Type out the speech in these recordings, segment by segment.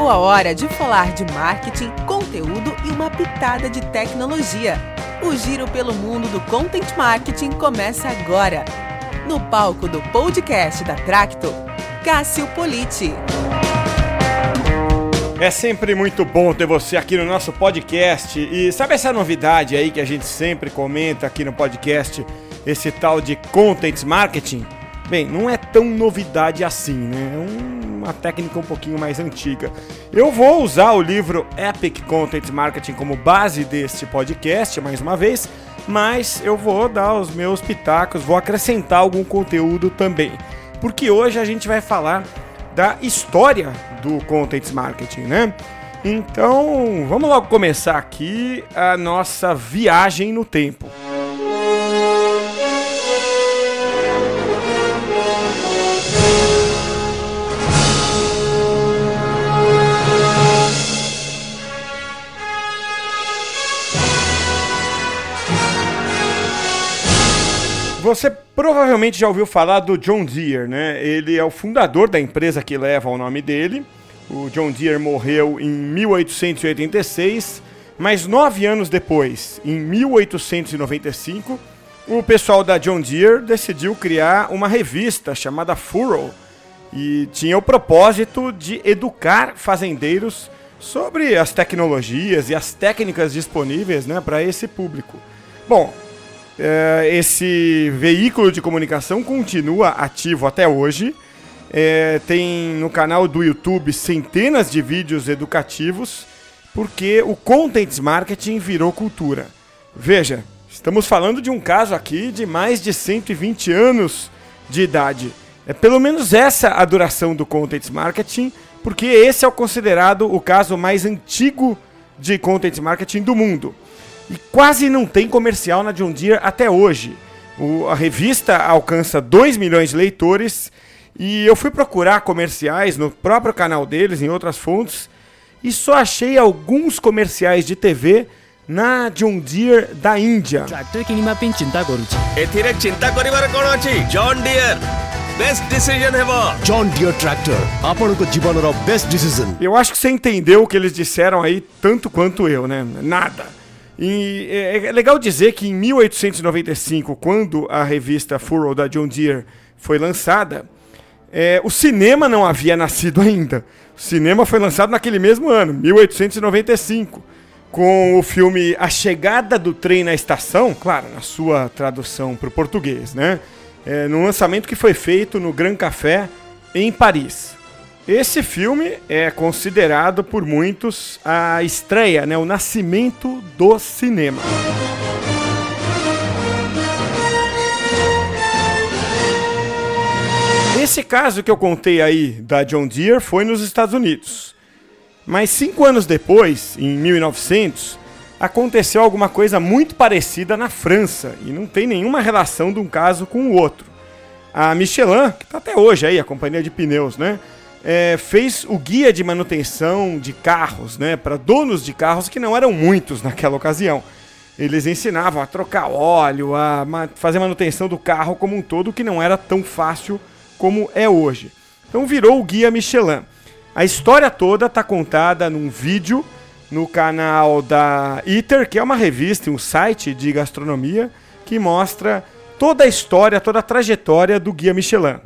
Chegou a hora de falar de marketing, conteúdo e uma pitada de tecnologia. O giro pelo mundo do Content Marketing começa agora. No palco do podcast da Tracto, Cássio Politi. É sempre muito bom ter você aqui no nosso podcast. E sabe essa novidade aí que a gente sempre comenta aqui no podcast, esse tal de Content Marketing? Bem, não é tão novidade assim, né? É uma técnica um pouquinho mais antiga. Eu vou usar o livro Epic Content Marketing como base deste podcast, mais uma vez, mas eu vou dar os meus pitacos, vou acrescentar algum conteúdo também. Porque hoje a gente vai falar da história do Content Marketing, né? Então, vamos logo começar aqui a nossa viagem no tempo. Você provavelmente já ouviu falar do John Deere, né? Ele é o fundador da empresa que leva o nome dele. O John Deere morreu em 1886, mas 9 anos depois, em 1895, o pessoal da John Deere decidiu criar uma revista chamada Furrow e tinha o propósito de educar fazendeiros sobre as tecnologias e as técnicas disponíveis, né, para esse público. Bom, esse veículo de comunicação continua ativo até hoje. Tem no canal do YouTube centenas de vídeos educativos, porque o Content Marketing virou cultura. Veja, estamos falando de um caso aqui de mais de 120 anos de idade. É pelo menos essa a duração do Content Marketing, porque esse é considerado o caso mais antigo de Content Marketing do mundo. E quase não tem comercial na John Deere até hoje. A revista alcança 2 milhões de leitores e eu fui procurar comerciais no próprio canal deles, em outras fontes, e só achei alguns comerciais de TV na John Deere da Índia. John Deere best decision ever. John Deere Tractor, ଆପଣଙ୍କ ଜୀବନର best decision. Eu acho que você entendeu o que eles disseram aí tanto quanto eu, né? Nada. E é legal dizer que em 1895, quando a revista Furrow da John Deere foi lançada, o cinema não havia nascido ainda. O cinema foi lançado naquele mesmo ano, 1895, com o filme A Chegada do Trem na Estação, claro, na sua tradução para o português, né? Num lançamento que foi feito no Grand Café, em Paris. Esse filme é considerado por muitos a estreia, né, o nascimento do cinema. Esse caso que eu contei aí da John Deere foi nos Estados Unidos. Mas 5 anos depois, em 1900, aconteceu alguma coisa muito parecida na França e não tem nenhuma relação de um caso com o outro. A Michelin, que está até hoje aí, a companhia de pneus, né? Fez o guia de manutenção de carros, né, para donos de carros que não eram muitos naquela ocasião. Eles ensinavam a trocar óleo, a fazer manutenção do carro como um todo, que não era tão fácil como é hoje. Então virou o Guia Michelin. A história toda está contada num vídeo no canal da Eater, que é uma revista, um site de gastronomia, que mostra toda a história, toda a trajetória do Guia Michelin.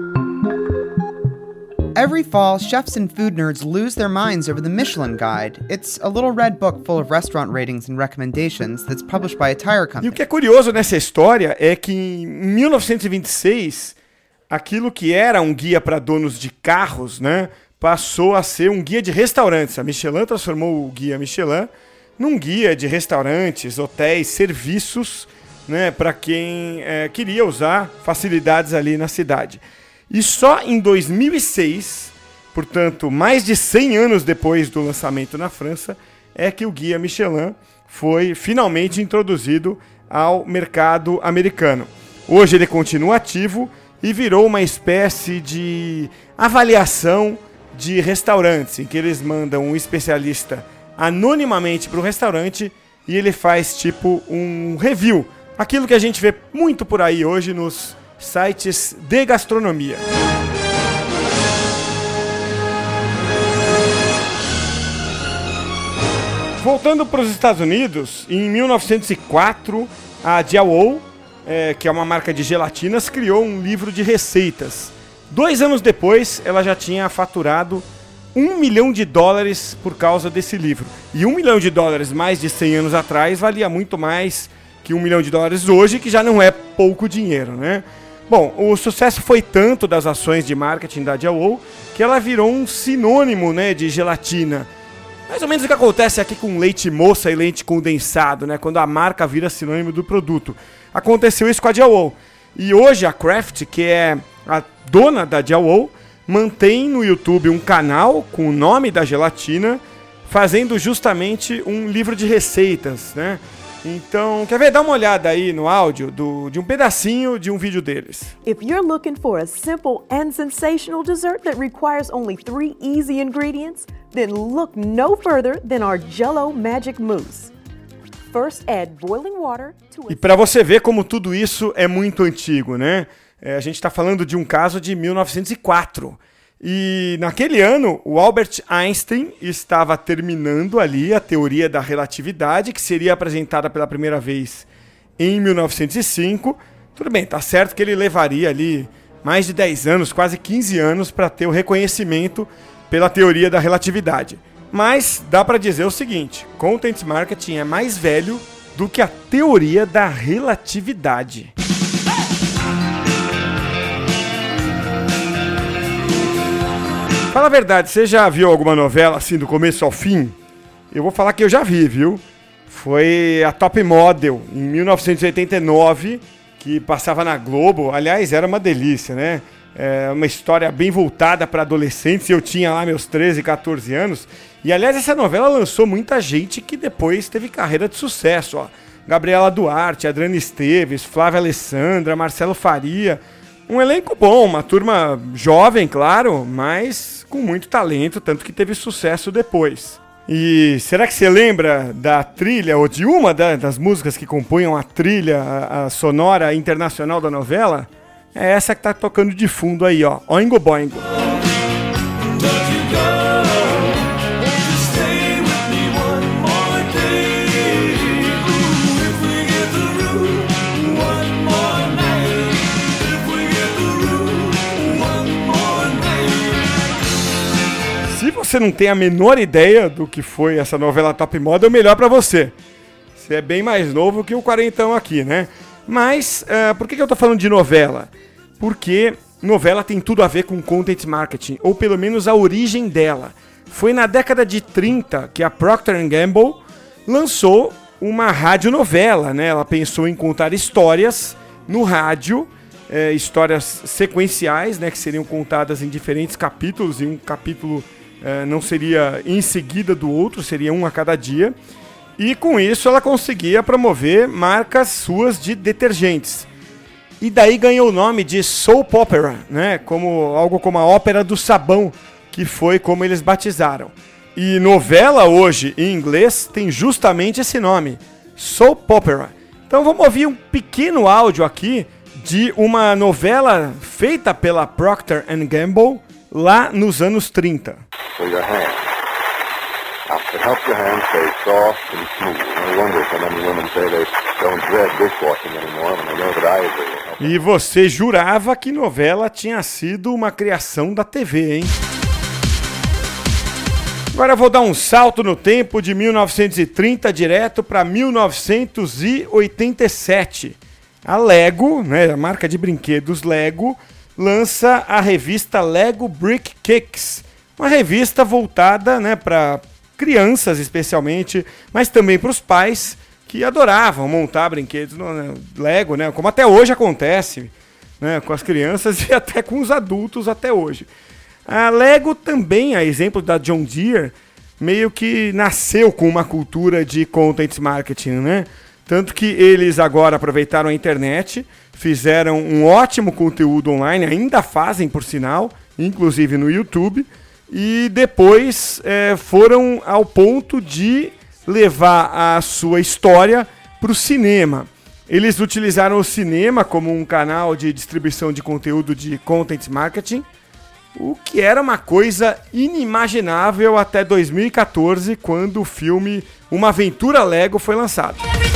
Every fall, chefs and food nerds lose their minds over the Michelin Guide. It's a little red book full of restaurant ratings and recommendations that's published by a tire company. E o que é curioso nessa história é que em 1926, aquilo que era um guia para donos de carros, né, passou a ser um guia de restaurantes. A Michelin transformou o Guia Michelin num guia de restaurantes, hotéis, serviços, né, para quem queria usar facilidades ali na cidade. E só em 2006, portanto, mais de 100 anos depois do lançamento na França, é que o Guia Michelin foi finalmente introduzido ao mercado americano. Hoje ele continua ativo e virou uma espécie de avaliação de restaurantes, em que eles mandam um especialista anonimamente para o restaurante e ele faz tipo um review. Aquilo que a gente vê muito por aí hoje nos sites de gastronomia. Voltando para os Estados Unidos, em 1904, a Diaol, que é uma marca de gelatinas, criou um livro de receitas. 2 anos depois, ela já tinha faturado $1 milhão por causa desse livro. E $1 milhão mais de 100 anos atrás valia muito mais que $1 milhão hoje, que já não é pouco dinheiro, né? Bom, o sucesso foi tanto das ações de marketing da Diaol que ela virou um sinônimo, né, de gelatina. Mais ou menos o que acontece aqui com leite moça e leite condensado, né, quando a marca vira sinônimo do produto. Aconteceu isso com a Diaol. E hoje a Kraft, que é a dona da Diaol, mantém no YouTube um canal com o nome da gelatina, fazendo justamente um livro de receitas, né? Então, quer ver? Dá uma olhada aí no áudio de um pedacinho de um vídeo deles. If you're looking for a simple and sensational dessert that requires only 3 easy ingredients, then look no further than our Jell-O Magic Mousse. First, add boiling water to E para você ver como tudo isso é muito antigo, né? A gente está falando de um caso de 1904. E naquele ano, o Albert Einstein estava terminando ali a teoria da relatividade, que seria apresentada pela primeira vez em 1905. Tudo bem, tá certo que ele levaria ali mais de 10 anos, quase 15 anos, para ter o reconhecimento pela teoria da relatividade. Mas dá para dizer o seguinte, Content Marketing é mais velho do que a teoria da relatividade. Fala a verdade, você já viu alguma novela assim do começo ao fim? Eu vou falar que eu já vi, viu? Foi a Top Model, em 1989, que passava na Globo. Aliás, era uma delícia, né? Uma história bem voltada para adolescentes. Eu tinha lá meus 13, 14 anos. E, aliás, essa novela lançou muita gente que depois teve carreira de sucesso, ó. Gabriela Duarte, Adriana Esteves, Flávia Alessandra, Marcelo Faria. Um elenco bom, uma turma jovem, claro, mas com muito talento, tanto que teve sucesso depois. E será que você lembra da trilha, ou de uma das músicas que compunham a trilha, a sonora internacional da novela? É essa que tá tocando de fundo aí, ó, Oingo Boingo. Se você não tem a menor ideia do que foi essa novela Top Model, melhor pra você. Você é bem mais novo que o quarentão aqui, né? Mas, por que eu tô falando de novela? Porque novela tem tudo a ver com Content Marketing, ou pelo menos a origem dela. Foi na década de 30 que a Procter & Gamble lançou uma radionovela, né? Ela pensou em contar histórias no rádio, histórias sequenciais, né? Que seriam contadas em diferentes capítulos, e um capítulo não seria em seguida do outro, seria um a cada dia. E com isso ela conseguia promover marcas suas de detergentes. E daí ganhou o nome de soap opera, né? Algo como a ópera do sabão, que foi como eles batizaram. E novela hoje, em inglês, tem justamente esse nome, soap opera. Então vamos ouvir um pequeno áudio aqui de uma novela feita pela Procter & Gamble lá nos anos 30. For your hands. It helps your hands stay soft and smooth. No wonder so many women say they don't dread dishwashing anymore when they know that I do. E você jurava que novela tinha sido uma criação da TV, hein? Agora eu vou dar um salto no tempo de 1930 direto para 1987. A Lego, né, a marca de brinquedos Lego, lança a revista Lego Brick Kicks. Uma revista voltada, né, para crianças especialmente, mas também para os pais que adoravam montar brinquedos no Lego, né, como até hoje acontece, né, com as crianças e até com os adultos até hoje. A Lego também, a exemplo da John Deere, meio que nasceu com uma cultura de content marketing, né? Tanto que eles agora aproveitaram a internet, fizeram um ótimo conteúdo online, ainda fazem, por sinal, inclusive no YouTube, e depois foram ao ponto de levar a sua história para o cinema. Eles utilizaram o cinema como um canal de distribuição de conteúdo de content marketing, o que era uma coisa inimaginável até 2014, quando o filme Uma Aventura Lego foi lançado.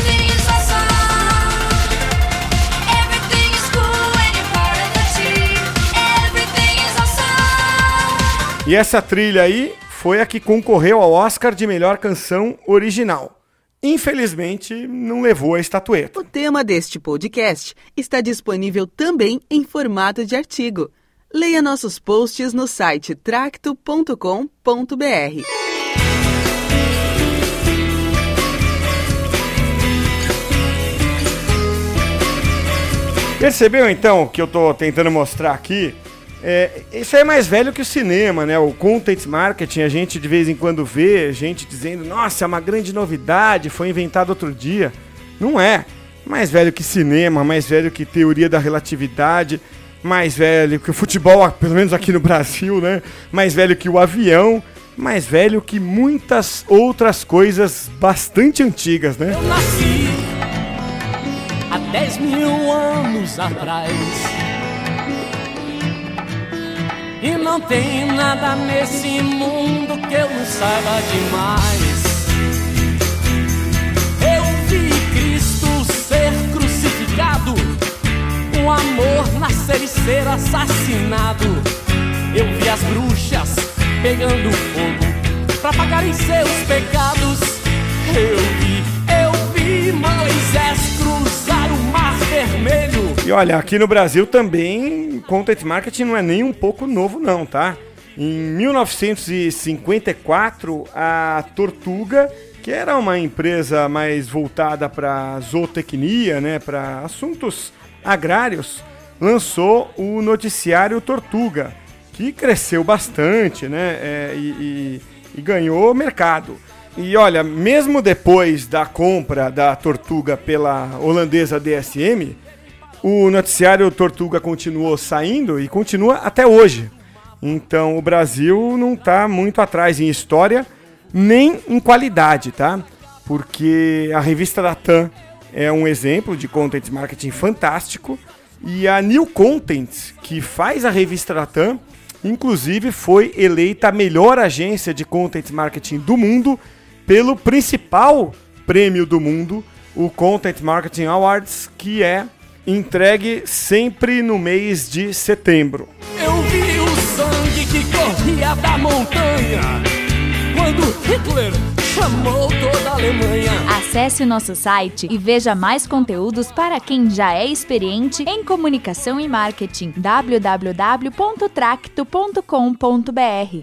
E essa trilha aí foi a que concorreu ao Oscar de melhor canção original. Infelizmente, não levou a estatueta. O tema deste podcast está disponível também em formato de artigo. Leia nossos posts no site tracto.com.br. Percebeu então o que eu estou tentando mostrar aqui? Isso aí é mais velho que o cinema, né? O content marketing, a gente de vez em quando vê gente dizendo, nossa, é uma grande novidade, foi inventado outro dia. Não é. Mais velho que cinema, mais velho que teoria da relatividade, mais velho que o futebol, pelo menos aqui no Brasil, né? Mais velho que o avião, mais velho que muitas outras coisas bastante antigas, né? Eu nasci há 10 mil anos atrás e não tem nada nesse mundo que eu não saiba demais. Eu vi Cristo ser crucificado, o amor nascer e ser assassinado. Eu vi as bruxas pegando fogo pra pagarem seus pecados. Eu vi Moisés cruzar o Mar Vermelho. E olha, aqui no Brasil também, content marketing não é nem um pouco novo não, tá? Em 1954, a Tortuga, que era uma empresa mais voltada para zootecnia, né, para assuntos agrários, lançou o noticiário Tortuga, que cresceu bastante, né, e ganhou mercado. E olha, mesmo depois da compra da Tortuga pela holandesa DSM, o noticiário Tortuga continuou saindo e continua até hoje. Então o Brasil não está muito atrás em história, nem em qualidade, tá? Porque a revista da TAM é um exemplo de content marketing fantástico, e a New Content, que faz a revista da TAM, inclusive foi eleita a melhor agência de content marketing do mundo pelo principal prêmio do mundo, o Content Marketing Awards, que é entregue sempre no mês de setembro. Eu vi o sangue que corria da montanha quando Hitler chamou toda a Alemanha. Acesse o nosso site e veja mais conteúdos para quem já é experiente em comunicação e marketing. www.tracto.com.br.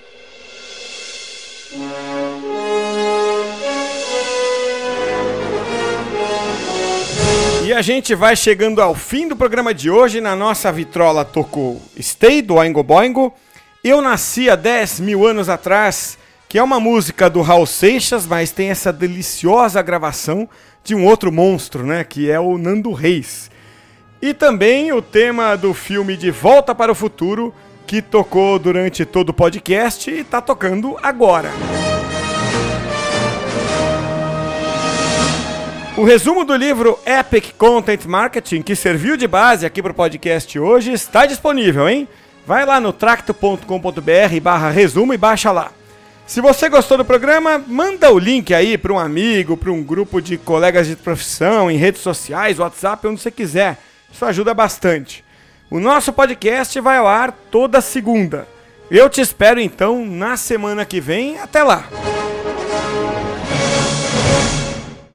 E a gente vai chegando ao fim do programa de hoje. Na nossa vitrola tocou Stay, do Oingo Boingo. Eu nasci há 10 mil anos atrás, que é uma música do Raul Seixas, mas tem essa deliciosa gravação de um outro monstro, né, que é o Nando Reis. E também o tema do filme De Volta para o Futuro, que tocou durante todo o podcast e está tocando agora. O resumo do livro Epic Content Marketing, que serviu de base aqui para o podcast hoje, está disponível, hein? Vai lá no tracto.com.br/resumo e baixa lá. Se você gostou do programa, manda o link aí para um amigo, para um grupo de colegas de profissão, em redes sociais, WhatsApp, onde você quiser. Isso ajuda bastante. O nosso podcast vai ao ar toda segunda. Eu te espero então na semana que vem. Até lá!